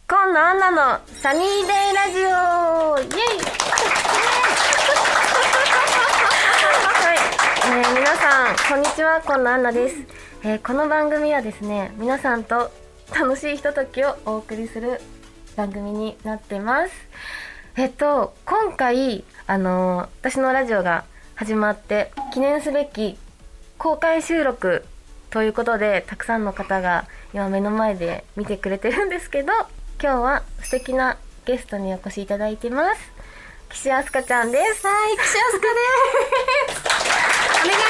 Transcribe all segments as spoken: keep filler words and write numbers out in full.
今野アンナのサニーデイラジオイエイはい、えー、皆さんこんにちは、今野アンナです。えー、この番組はですね、皆さんと楽しいひとときをお送りする番組になってます。えっと今回あのー、私のラジオが始まって記念すべき公開収録ということで、たくさんの方が今目の前で見てくれてるんですけど、今日は素敵なゲストにお越しいただいてます。岸あすかちゃんです。 はい、岸あすかです。お願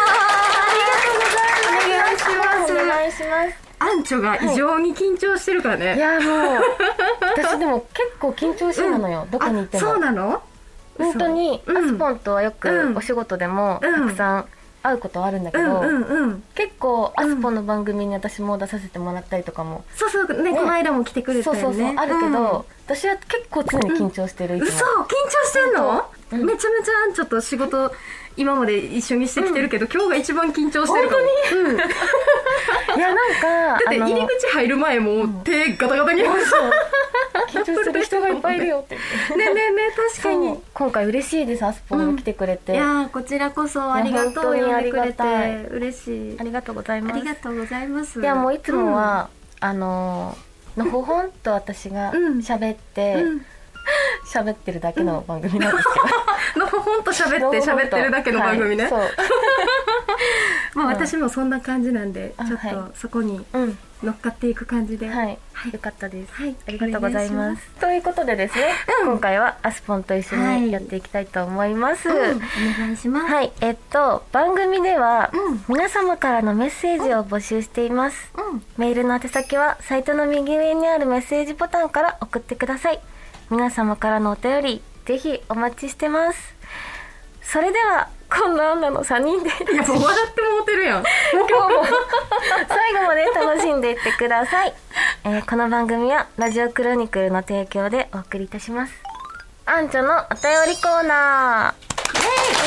いします。ありがとうございます。 お願いします。お願いします。 アンチョが異常に緊張してるからね。はい、 いやもう私でも結構緊張しいなのよ、うん、どこに行っても。 そうなの？ 本当に、うん、アスポンとはよくお仕事でもたくさん会うことはあるんだけど、うんうんうん、結構アスポンの番組に私も出させてもらったりとかも、 うん、そうそうね、ね、この間も来てくれたよね。 そうそうそうあるけど、うん、私は結構常に緊張してる。 うん、嘘、緊張してんの？うん、めちゃめちゃアンチョと仕事今まで一緒にしてきてるけど、うん、今日が一番緊張してるかも。 本当に、うん、いやなんかだって入り口入る前も手ガタガタに、うん、 緊張する人がいっぱいいるよって言ってねねね、確かに今回嬉しいです。アスポンも来てくれて、 うん、いやこちらこそありがとう。呼んでくれて嬉しい。 ありがとうございます。 ありがとうございます。 いやもういつもは、うん、あののほほんと私が喋って喋、うん、ってるだけの番組なんですけど、 のほほんと喋って喋ってるだけの番組ね、はい、そうまあ私もそんな感じなんで、ちょっとそこに乗っかっていく感じで、 はい、はい、よかったです、はい、ありがとうございます。ということでですね、うん、今回はアスポンと一緒にやっていきたいと思います、 はい、うん、お願いします。 はい、えっと番組では、うん、皆様からのメッセージを募集しています、うん、メールの宛先はサイトの右上にあるメッセージボタンから送ってください。皆様からのお便りぜひお待ちしてます。それでは今野アンナのさんにんで、 いやもう笑ってもうてるやん今日も最後まで楽しんでいってください。えー、この番組はラジオクロニクルの提供でお送りいたします。アンチョのお便りコーナー、イエ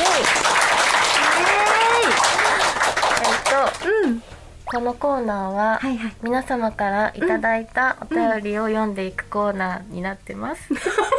ーイイエーイ。えっと、うん、このコーナーは、はいはい、皆様からいただいたお便りを読んでいくコーナーになってます、うん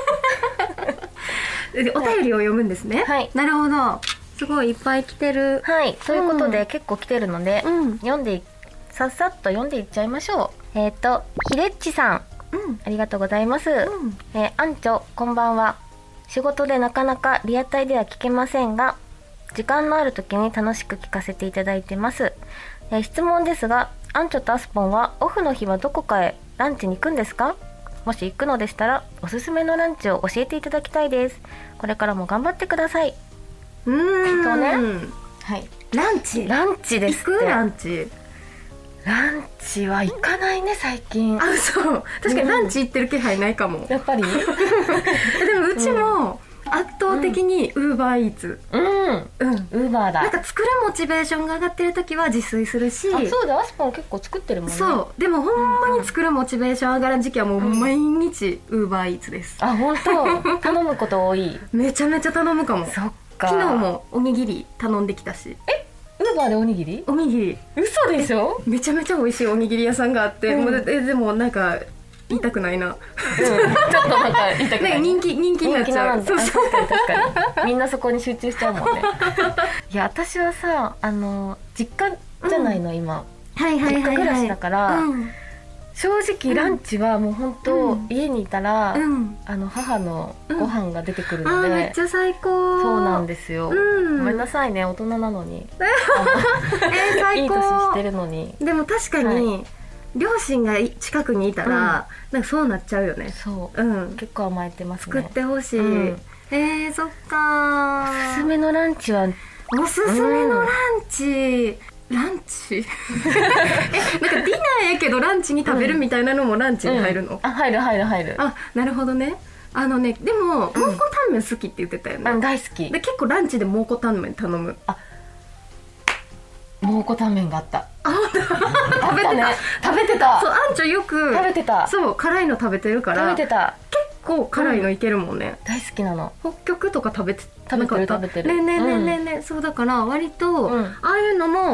うん、お便りを読むんですね。はい、なるほど。すごいいっぱい来てる。 はい、ということで、うん、結構来てるので、うん、読んでさっさっと読んでいっちゃいましょう。えっとひでっちさん、うん、ありがとうございます、うん、えー、アンチョこんばんは。仕事でなかなかリアタイでは聞けませんが、時間のある時に楽しく聞かせていただいてます。えー、質問ですが、アンチョとアスポンはオフの日はどこかへランチに行くんですか？もし行くのでしたらおすすめのランチを教えていただきたいです。これからも頑張ってください。 うーんとね、はい、 ランチランチですって。 行くランチランチは行かないね最近。 あ、そう確かにランチ行ってる気配ないかも、うん、 やっぱりでもうちも圧倒的にウーバーイーツ、 うんうんウーバーだ。 なんか作るモチベーションが上がってる時は自炊するし、 あ、そうだ、アスポン結構作ってるもんね。 そうでもほんまに作るモチベーション上がる時期はもう毎日ウーバーイーツです、 うん、あ、本当頼むこと多いめちゃめちゃ頼むかも。 そっか、 昨日もおにぎり頼んできたし。 え、ウーバーでおにぎり？ おにぎり嘘でしょ？ めちゃめちゃ美味しいおにぎり屋さんがあって、うん、もうで, でもなんか言いたくないな、うん、ちょっとなんか言いたくない人気人気になっちゃう。そうそう、 確かに確かにみんなそこに集中しちゃうもんねいや私はさ、あの実家じゃないの、うん、今、はいはいはいはい、実家暮らしだから、うん、正直ランチはもう本当、うん、家にいたら、うん、あの母のご飯が出てくるので、うん、あ、 めっちゃ最高。 そうなんですよ、うん、ごめんなさいね、大人なのにえー、最高。 いい年してるのに。 でも確かに、はい、両親が近くにいたら、うん、なんかそうなっちゃうよね。 そう、うん、結構甘えてますね。 作ってほしい、うん、えー、そっか。 おすすめのランチはおすすめのランチ、うん、ランチえ、なんかディナーやけどランチに食べるみたいなのもランチに入るの？うんうん、 あ、入る入る入る。 あ、なるほどね。あのね、でも蒙古タンメン好きって言ってたよね、 うん、大好きで、結構ランチで蒙古タンメン頼む。あ、 蒙古タンメンがあった。 あ、食べてた、ね、 食べてた。 そう、アンチョよく食べてた。 そう、辛いの食べてるから食べてた。 結構辛いのいけるもんね、 うん、大好きなの。 北極とか食べて食べてる食べてるねねねねね、うん、そうだから割と、うん、ああいうのも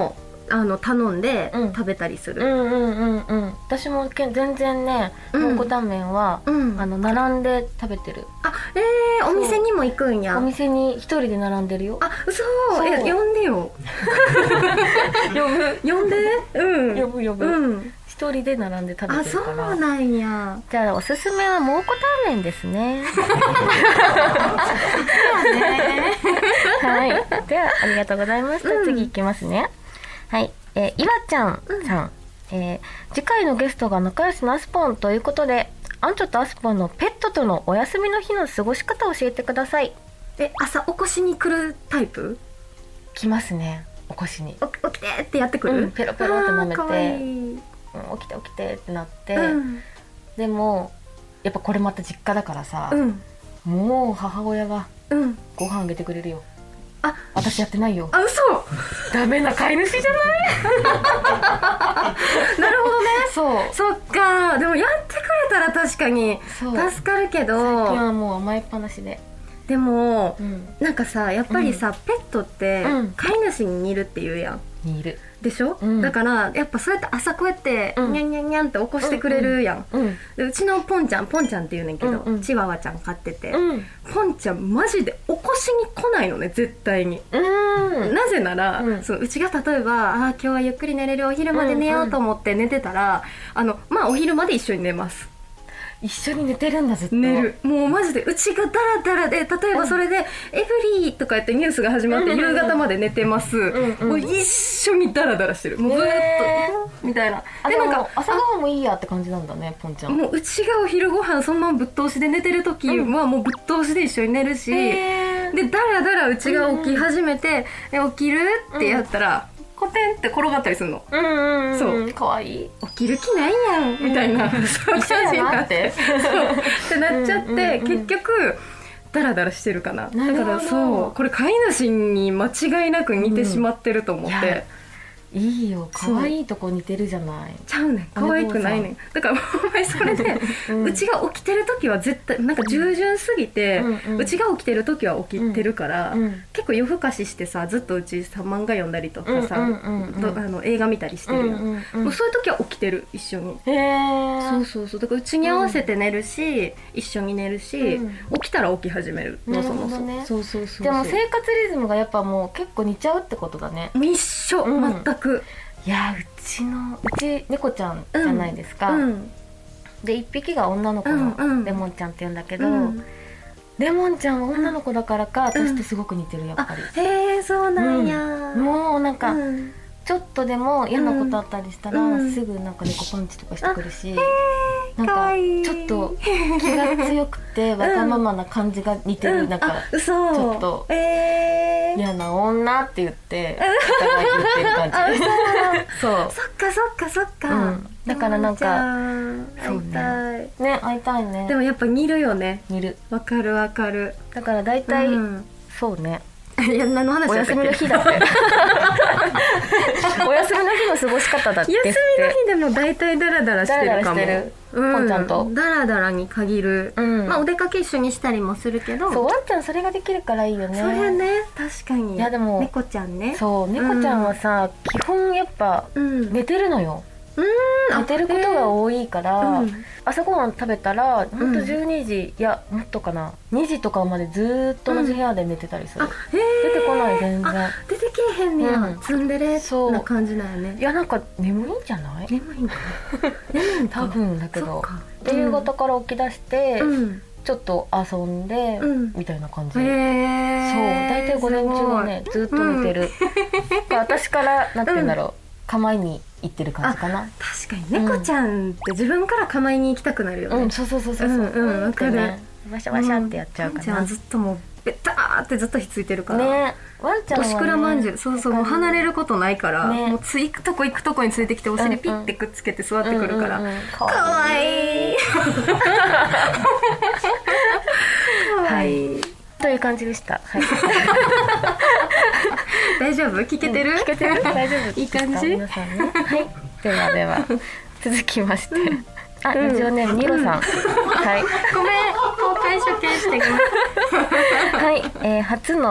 あの頼んで食べたりする。 うんうんうんうん。私もけ全然ね、蒙古タンメンは、うん、あの並んで食べてる。 あ、えー、お店にも行くんや。 お店に一人で並んでるよ。 あ、嘘。え、呼んでよ。呼ぶ。呼んで。うん。 呼ぶ呼ぶ。うん。一人で並んで食べてるから。 あ、そうなんや。 じゃあおすすめは蒙古タンメンですね。はい。ではありがとうございました。うん、次いきますね。はい。えー、いわちゃんさん。うん、えー、次回のゲストが仲良しのアスポンということで、アンチョとアスポンのペットとのお休みの日の過ごし方を教えてください。 え、朝起こしに来るタイプ？ 来ますね。起こしに。 起きてってやってくる？ うん、ペロペロって舐めて。 かわいい。 うん、起きて起きてってなって、うん、でもやっぱこれまた実家だからさ、うん、もう母親がご飯あげてくれるよ。あ、私やってないよ。 あ、嘘。 ダメな飼い主じゃないなるほどね。 そう、 そっか。でもやってくれたら確かに助かるけど、 最近はもう甘えっぱなしで。 でも、うん、なんかさ、やっぱりさ、うん、ペットって飼い主に似るって言うやん。 似るでしょ、うん、だからやっぱそうやって朝こうやってニャンニャンニャンって起こしてくれるやん、うんうん、でうちのポンちゃんポンちゃんって言うねんけど、うんうん、チワワちゃん飼ってて、うん、ポンちゃんマジで起こしに来ないのね、絶対に。うん、なぜなら、うん、そのうちが例えばあ今日はゆっくり寝れる、お昼まで寝ようと思って寝てたら、うんうん、あのまあお昼まで一緒に寝ます。 一緒に寝てるんだ、ずっと。 寝る。もうマジでうちがダラダラで、例えばそれで、うん、エブリーとかやってニュースが始まって夕方まで寝てます、うんうん、もう一緒にダラダラしてる、もうずっと、えー、みたいな。 でなんか朝ごはんもいいやって感じなんだね、ポンちゃん。 もううちがお昼ご飯そのままぶっ通しで寝てる時はもうぶっ通しで一緒に寝るし、えー、でダラダラうちが起き始めて、うん、起きるってやったら、うん、コテンって転がったりするの。うんうんうん、そうかわいい。起きる気ないやんみたいな、うん、そういう感じになってそうってなっちゃって、うんうんうん、結局ダラダラしてるかな。だからそうこれ飼い主に間違いなく似てしまってると思って、 うん、いいよ、可愛いとこ似てるじゃない。 ちゃうねん、可愛くないねん。だからお前それで、うん、うちが起きてる時は絶対なんか従順すぎて、うんうん、うちが起きてる時は起きてるから、うんうん、結構夜更かししてさ、ずっとうちさ漫画読んだりとかさ、うんうんうんうん、あの映画見たりしてるよ、うんうんうん、もうそういう時は起きてる一緒に。へー、そうそうそう。だからうちに合わせて寝るし、うん、一緒に寝るし、うん、起きたら起き始めるの、そもそも。そうそうそう。 でも生活リズムがやっぱもう結構似ちゃうってことだね。 一緒、うん、全く。 いや、うちのうち猫ちゃんじゃないですか、うん、でいっぴきが女の子のレモンちゃんって言うんだけど、うん、レモンちゃんは女の子だからか、うん、私とすごく似てる、やっぱり。 へえ、そうなんや、 うん、もうなんか、うん、ちょっとでも嫌なことあったりしたら、うん、すぐなんか猫パンチとかしてくるし、なんかちょっと気が強くてわがままな感じが似てる、うん、なんかちょっと嫌な女って言ってお互い言ってる感じ。そう、 そっかそっかそっか、うん、 だからなんか会いたいね、 会いたいね。 でもやっぱ似るよね。 似る。 わかるわかる。 だから大体、うん、そうね。 いや、何の話だったっけ。お休みの日だってお休みの日の過ごし方だって。 休みの日でも大体ダラダラしてるかも。ダラダラしてる、うん、 ポンちゃんとダラダラに限る、うん、まあお出かけ一緒にしたりもするけど、 そう、ワンちゃんそれができるからいいよね。 それね、確かに。 いやでも猫ちゃんね。 そう、猫ちゃんはさ、うん、基本やっぱ寝てるのよ、うん、寝てることが多いから、うん、朝ごはん食べたらほんとじゅうにじ、うん、いやもっとかな、にじとかまでずっと同じ部屋で寝てたりする、うん、出てこない、全然出てけえへんねや、うん、ツンデレな感じなんよね。 いや、なんか眠いんじゃない。 眠いんか眠いんか多分だけど、で夕方から起き出して、うん、ちょっと遊んで、うん、みたいな感じ、そう、大体午前中はねずっと寝てる、うん、私からなんて言うんだろう、うん、構いに行ってる感じかな。 確かに猫ちゃんって自分から構いに行きたくなるよね、 うん、そうそうそうそう、うんうん、分かる、ね、バシャバシャってやっちゃうかな、うん、ワンちゃんずっともうベターってずっとひっついてるからね。ワンちゃんはね、 年倉まんじゅう、そうそう、もう離れることないから、ね、もうつ行くとこ行くとこについてきてお尻ピッてくっつけて座ってくるから、うんうんうんうん、かわいいかわいいという感じでした、はい、 大丈夫？聞けてる？ 聞けてる？大丈夫？ いい感じ？ 皆さんね、はい、ではでは続きまして、うん、あ、ラジオネームニロさん、うん、はい、 ごめん、公開処刑してくれはい、えー、初の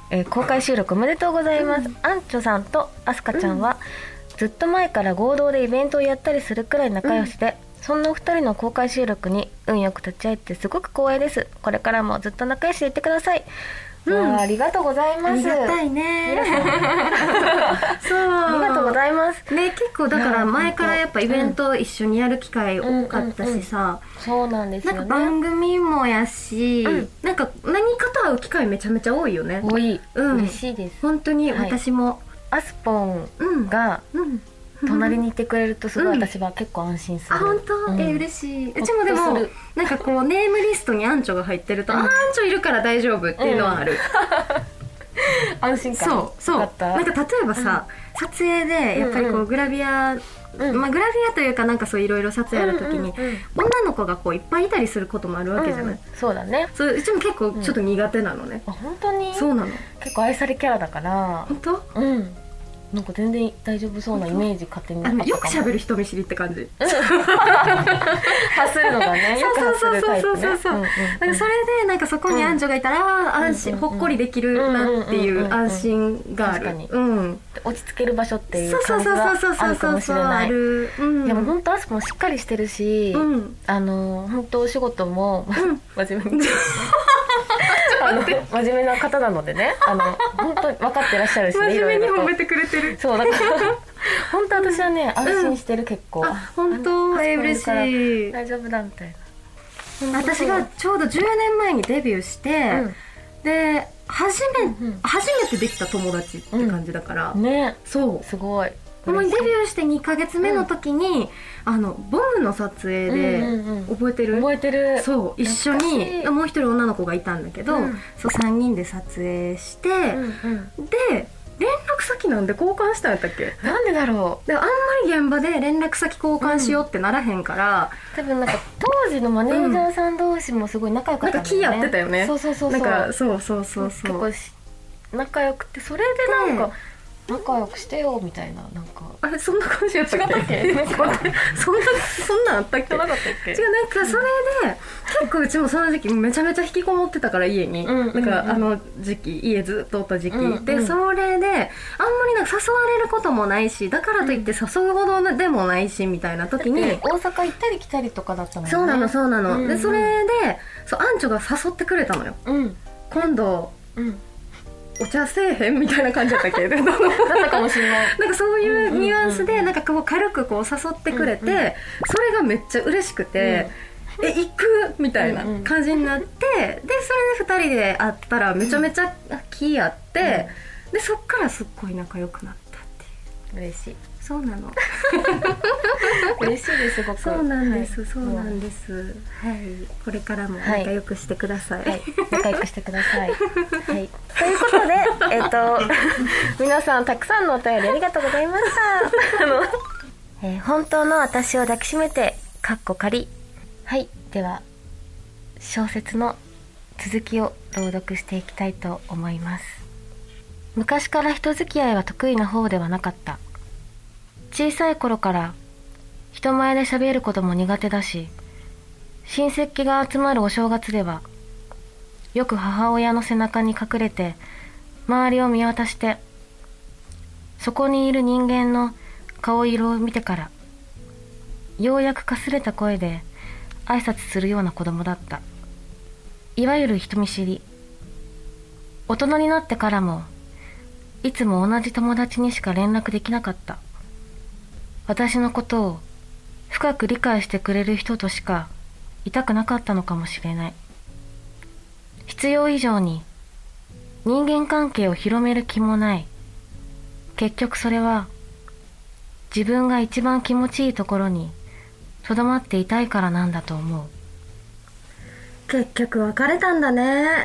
えー公開収録おめでとうございます、うん、アンチョさんとアスカちゃんは、うん、ずっと前から合同でイベントをやったりするくらい仲良しで、うん、そんなお二人の公開収録に運よく立ち会えてすごく光栄です。これからもずっと仲良しでいってください。うん、ありがとうございます。ありがたいね。 そう、ありがとうございますね。結構だから前からやっぱイベント一緒にやる機会多かったしさ、 そうなんですよね。 なんか番組もやし、うん、なんか何かと会う機会めちゃめちゃ多いよね。 多い、 うん、 嬉しいです。 本当に私も、はい、 アスポンが、うんうん隣にいてくれるとすごい私は結構安心する、 うん、あ本当、うん、え嬉しい。うちもでもなんかこうネームリストにアンチョが入ってると、うん、あアンチョいるから大丈夫っていうのはある、 うん、安心感。 そうそうなんか例えばさ、うん、撮影でやっぱりこうグラビア、うんまあ、グラビアというかなんかそういろいろ撮影やるときに、うんうんうん、女の子がこういっぱいいたりすることもあるわけじゃない、うん、 そうだね。 そううちも結構ちょっと苦手なのね、 うん、あ本当にそうなの。 結構愛されキャラだから本当うんなんか全然大丈夫そうなイメージ勝手にあのよく喋る人見知りって感じ、うん、 発するのがねよく発するタイプね。そうそうそうそう、うんうんうん、それでなんかそこにアンジョがいたら、うん、安心、うんうん、ほっこりできるなっていう安心がある。確かに、うん、 落ち着ける場所っていう感じがあるかもしれない。でも本当あそこもしっかりしてるし、うん、あの本当お仕事も、うん、真面目にあの真面目な方なのでね、あの本当に分かってらっしゃるしね、 真面目に褒めてくれてる。 そうだから本当私はね安心してる、結構。 あ本当え嬉しい。 大丈夫だみたいな。私がちょうどじゅうねんまえにデビューして、うん、で初め、うんうん、初めてできた友達って感じだから、 うん、ねそうすごい。 デビューしてにかげつめの時に、うん、あのボムの撮影で、うんうんうん、覚えてる覚えてる。 そう一緒にもう一人女の子がいたんだけど、うん、そうさんにんで撮影して、うんうん、で連絡先なんで交換したんやったっけ。 なんでだろう。 であんまり現場で連絡先交換しようってならへんから、 うん、多分なんか当時のマネージャーさん同士もすごい仲良かったんだよね、 なんか気合ってたよね。 そうそうそうそうなんかそうそうそうそう結構仲良くて、それでなんか仲良くしてよみたいな、なんかあれそんな感じやったっけ。違ったっけなんかそんなそんなんあったっけ。 なかったっけ。 違うなんかそれで結構うちもその時期めちゃめちゃ引きこもってたから家に、うんうんうん、なんかあの時期家ずっとおった時期、うんうん、でそれであんまりなんか誘われることもないし、だからといって誘うほどでもないしみたいな時に、 大阪行ったり来たりとかだったのね。 そうなのそうなの、うんうん、でそれでそうアンチョが誘ってくれたのよ、うん、今度、うんお茶せえへんみたいな感じだったっけだったかもしれない。 なんかそういうニュアンスでなんかこう軽くこう誘ってくれて、うんうん、それがめっちゃ嬉しくて、うん、え行くみたいな感じになって、うんうん、でそれでふたりで会ったらめちゃめちゃ気合って、うん、でそっからすっごい仲良くなったっていう。 嬉しい。 そうなの嬉しいです僕。 そうなんです、はい、そうなんです、はい、これからも仲良くしてください、はいはい、 仲良くしてください、はい、ということでえっと皆さんたくさんのお便りありがとうございましたあの、えー、本当の私を抱きしめてかっこ仮。はいでは小説の続きを朗読していきたいと思います。昔から人付き合いは得意な方ではなかった。小さい頃から人前で喋ることも苦手だし、親戚が集まるお正月ではよく母親の背中に隠れて周りを見渡して、そこにいる人間の顔色を見てからようやくかすれた声で挨拶するような子供だった。いわゆる人見知り。大人になってからもいつも同じ友達にしか連絡できなかった。私のことを深く理解してくれる人としかいたくなかったのかもしれない。必要以上に人間関係を広める気もない。結局それは自分が一番気持ちいいところにとどまっていたいからなんだと思う。 結局別れたんだね。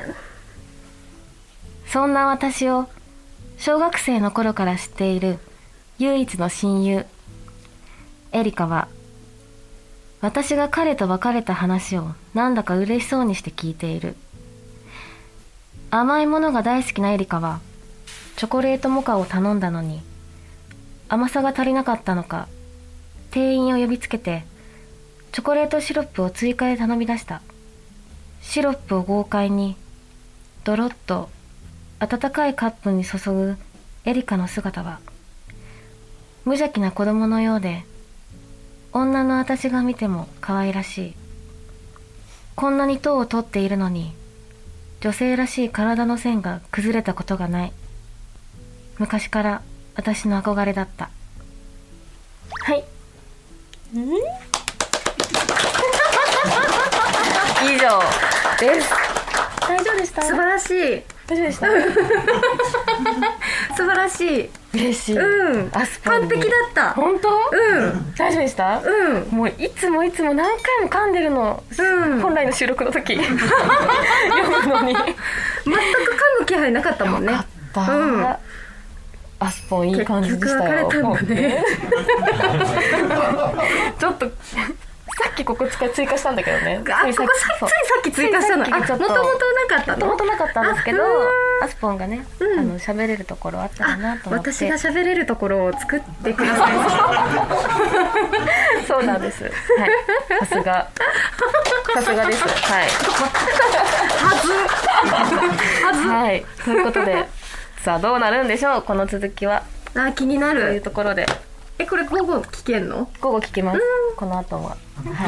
そんな私を小学生の頃から知っている唯一の親友エリカは、私が彼と別れた話をなんだか嬉しそうにして聞いている。甘いものが大好きなエリカはチョコレートモカを頼んだのに、甘さが足りなかったのか店員を呼びつけてチョコレートシロップを追加で頼み出した。シロップを豪快にドロッと温かいカップに注ぐエリカの姿は無邪気な子供のようで、女の私が見ても可愛らしい。こんなに糖を取っているのに女性らしい体の線が崩れたことがない。昔から私の憧れだった。はい、うん、以上です。大丈夫でした？ 素晴らしい。 大丈夫でした？ 素晴らしい。 嬉しい。 うん。 アスパン完璧だった。 本当？ うん。 大丈夫でした？ うん。 もういつもいつも何回も噛んでるの。うん。本来の収録の時読むのに全く噛む気配なかったもんね。 よかった。うん。アスポンいい感じでしたよ。 結局別れたんだね。 ちょっとさっきここ追加したんだけどね。 あ、ここさついさっき追加したの。あ、もともとなかったの。 もともとなかったんですけど、アスポンがね、うん、あの喋れるところあったらなと思って。 私が喋れるところを作ってください。そうなんです。はい。さすが。さすがです。はい。 はず。はず。 はい。ということで、さあどうなるんでしょう、この続きは。 あ、気になる。 というところで。 え、これ午後聞けんの？ 午後聞けます。この後は。はい。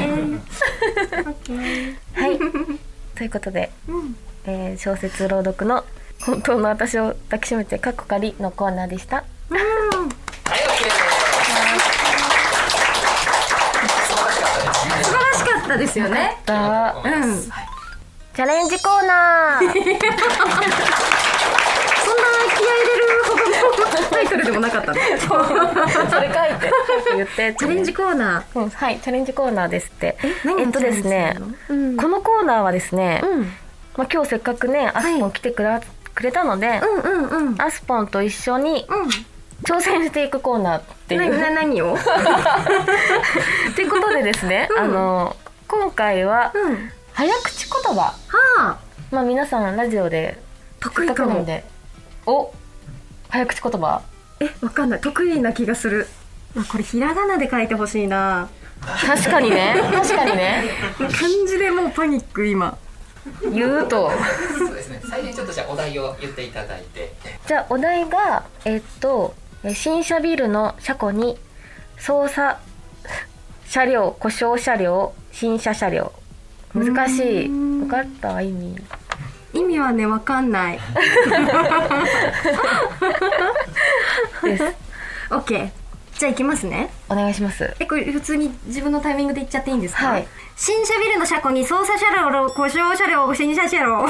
はい。ということで、うん、えー、小説朗読の本当の私を抱きしめてカッコ仮のコーナーでした。うん。はい、オッケー。 素晴らしかったですよね。 うん。チャレンジコーナー。 タイトルでもなかったの。 それ書いて言ってチャレンジコーナー、うん、はい、チャレンジコーナーですって。え、えっとですね、うん、このコーナーはですね、うん、まあ、今日せっかくねアスポン来てくれ、はい、くれたので、うんうんうん、アスポンと一緒に挑戦していくコーナーっていう。 な何を？ っていうことでですね、うん、あの今回は、うん、早口言葉、はあ、まあ皆さんラジオで得意かもで、 お早口言葉、 え、わかんない。得意な気がする。これひらがなで書いてほしいな。 確かにね。確かにね。 漢字でもうパニック今。 言うと。 そうですね。最初にちょっとじゃあお題を言っていただいて。 じゃあお題がえっと新車ビルの車庫に操作車両、故障車両、新車車両。難しい。分かった意味。 意味はね、わかんない。です。オッケー。じゃあ行きますね。 お願いします。 え、これ普通に自分のタイミングで言っちゃっていいんですか？ はい。 新車ビルの車庫に操作車両、故障車両、新車車両。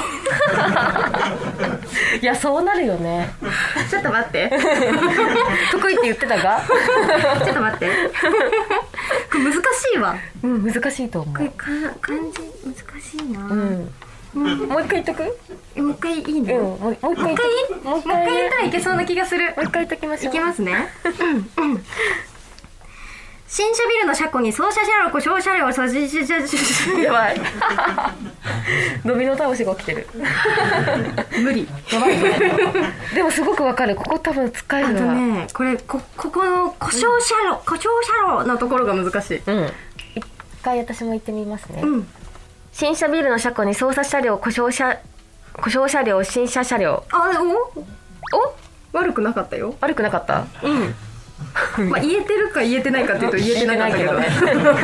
いや、そうなるよね。 ちょっと待って。 得意って言ってたが？ ちょっと待って。これ難しいわ。 うん、難しいと思う。 これか漢字難しいな。うん。 もう一回言っとく？ もう一回いいね。うん、 もう一回もう一回もう一回言ったらいけそうな気がする。 もう一回言っときましょう。 いきますね。うんうん。新車ビルの車庫に操車車両、故障車両、操車車両。 やばい。ドミノ倒しが起きてる。 無理。 やばいね。でもすごくわかる。ここ多分使えるのは。 あとね、これこここの故障車両、故障車両のところが難しい。うん。 一回私も言ってみますね。うん。新車ビルの車庫に操作車両、故障車、故障車両、新車車両。 あ、お？お？悪くなかったよ。 悪くなかった？ うん。まあ言えてるか言えてないかっていうと言えてなかったけどね。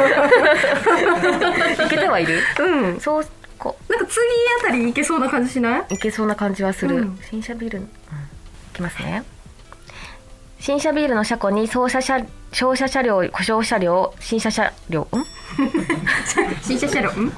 いけてはいる？ うん。 そうこう。なんか次あたりいけそうな感じしない？ いけそうな感じはする。うん、新車ビル、うん、いきますね。新車ビルの車庫に操作車、照射車両、故障車両、新車車両、ん？ 新車車両、ん？こ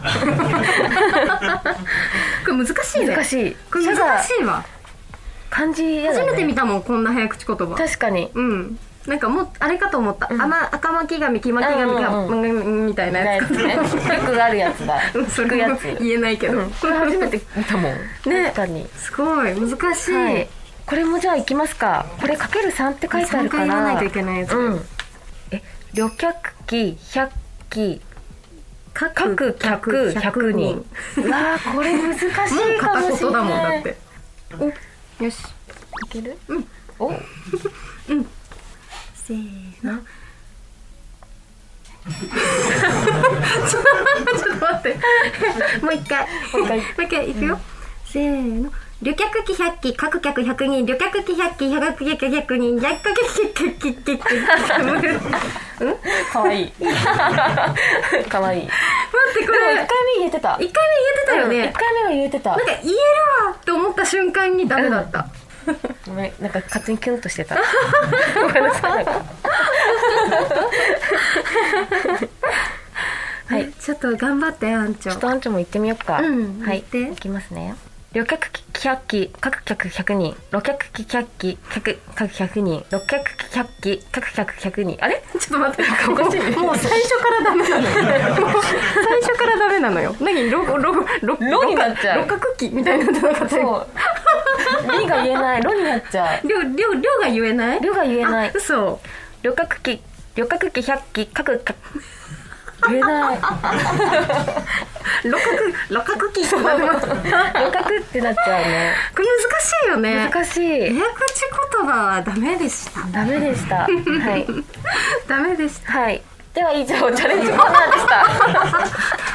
れ難しいね。 難しい。 これ難しいわ。 漢字やだね。 初めて見たもん、こんな早口言葉。 確かに。 うん。なんかもうあれかと思った。うん、あま赤巻紙、黄巻紙が、うんうん、みたいなやつかとね。よくあるやつだ。 それやつ言えないけど、 うん、これ初めて見たもん。 ね。 確かに。 すごい難しい。はい、 これもじゃあいきますか。これかけるさんって書いてあるから。さんかい言わないといけないやつ。うん、 え、旅客機、百機、各客百人。うわー、これ難しいかもしれない。もう片言だもんだって。お、よし。 いける？ うん。 お、うん。 せーの。ちょっと待って。もう一回。 もう一回。 もう一回いくよ。せーの。 旅客機ひゃっき、各客ひゃくにん、旅客機ひゃっき、各客ひゃくにん、百客機ひゃっき、ひゃっき、 うんかわいいかわいい。待ってこれいっかいめ言えてた。 いっかいめ言えてたよね。 いっかいめは言えてた。 なんか言えるわって思った瞬間にダメだった。 ごめん、なんか勝手にキュンとしてた。ごめんなさい。はい、 ちょっと頑張ってアンチョ。 ちょっとアンチョも行ってみようか。 うん、 はい、行きますね。旅客機ひゃっき、各客ひゃくにん、旅客機ひゃっき、客各ひゃくにん、旅客機ひゃっき、各客ひゃくにん。あれ？ちょっと待って、おかしい。 もう最初からダメなのよ。最初からダメなのよ。何ロロロロロになっちゃう。 六角機みたいになってなかった。 そう。リが言えない。ロになっちゃう。 りょりょりょが言えない？ りょが言えない。 嘘。 旅客機旅客機ひゃっき、各各言えない。 六角六角機ってなってます。 六角ってなっちゃうね。 これ難しいよね。 難しい。 早口言葉はダメでした。 ダメでした。はい。 ダメでした。 はい。では以上チャレンジコーナーでした。やばいやばいやばい。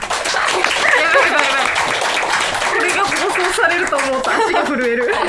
これが放送されると思うと足が震える。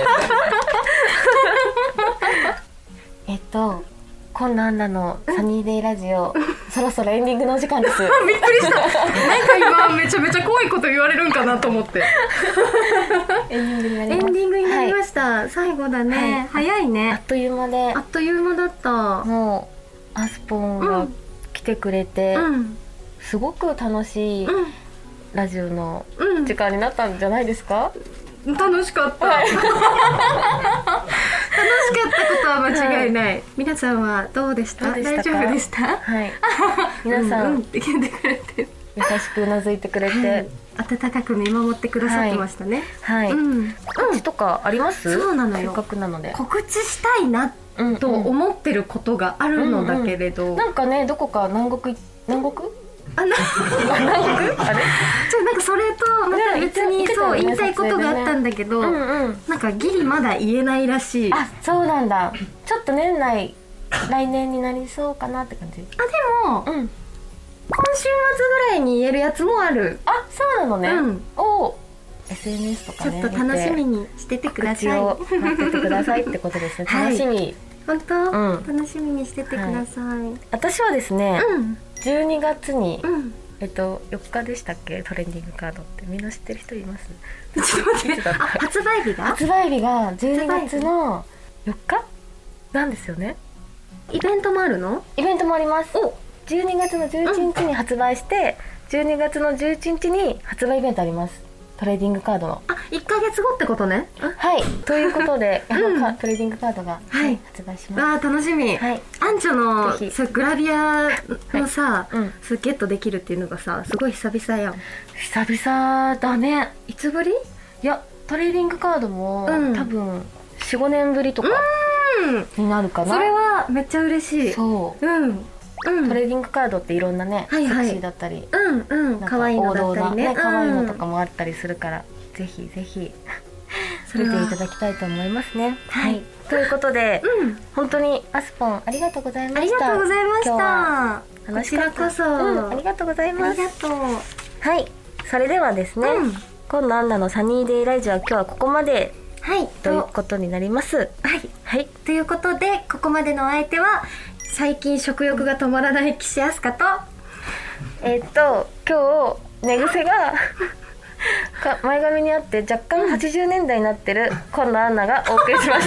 えっと。今度アンナのサニーデイラジオそろそろエンディングのお時間です。 びっくりした。なんか今めちゃめちゃ怖いこと言われるんかなと思って。 エンディングになりエます。 ンディングになりました、はい、最後だね、はい、早いね。 あっという間であっという間だった。 もうアスポンが来てくれて、うん、すごく楽しいラジオの時間になったんじゃないですか？ うん、楽しかった、はい、楽しかったことは間違いない、はい、皆さんはどうでした？大丈夫でした？ はい、皆さん、うんうん、って言ってくれて優しくうなずいてくれて、はい、 温かく見守ってくださってましたね。 はい、はい、うん、告知とかあります？ そうなのよ。 せっかくなので告知したいなと思ってることがあるのだけれど、 うんうん、なんかね、どこか南国南国あ、な南国あれじゃあなんかそれとまた別にそう言いたいことがあったんだけど、うんうん、なんかギリまだ言えないらしい。 あ、そうなんだ。ちょっと年内来年になりそうかなって感じ。 あ、でも、うん、今週末ぐらいに言えるやつもある。 あ、そうなのね、うん、お エスエヌエス とかね、 ちょっと楽しみにしててください。 告知を待っててくださいってことですね。楽しみ、はい、 本当、うん、楽しみにしててください、はい、 私はですね、うん、じゅうにがつに、うん、えっとよっかでしたっけ、トレンディングカードってみんな知ってる人います？ ちょっと待って、発売日が発売日がじゅうにがつのよっかなんですよね。 イベントもあるの？ イベントもあります。おじゅうにがつのじゅういちにちに発売して、うん、じゅうにがつのじゅういちにちに発売イベントあります。トレーディングカードの。 あ、いっかげつごってことね。 はい、ということで、うん、トレーディングカードが、はい、発売します。 あ、楽しみ、はい、アンチョのそうグラビアのさ、はい、うん、ゲットできるっていうのがさ、すごい久々やん。 久々だね。いつぶり？いや、トレーディングカードも、うん、多分 よん,ご 年ぶりとかになるかな。 それはめっちゃ嬉しい。 そう、うんうん、トレーディングカードっていろんなね、はいはい、セクシーだったり、 うんうん、可愛いのだったりね、 可愛いのとかもあったりするから、うん、ぜひぜひそれでいただきたいと思いますね。はい、はい、ということで、うん、本当にアスポンありがとうございました。 ありがとうございました。今日は楽しかった。こちらこそ、うん、ありがとうございます。 ありがとう。 はい、それではですね、うん、今度アンナのサニーデイラジオは今日はここまで、はい、ということになります。はい、 はい、ということでここまでのお相手は最近食欲が止まらない岸明日香とえっと今日寝癖が前髪にあって若干はちじゅうねんだいになってる今野アンナがお送りしました。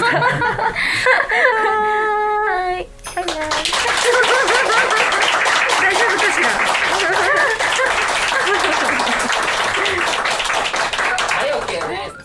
はい、バイバイ。 大丈夫かしら。 はい、オッケーです。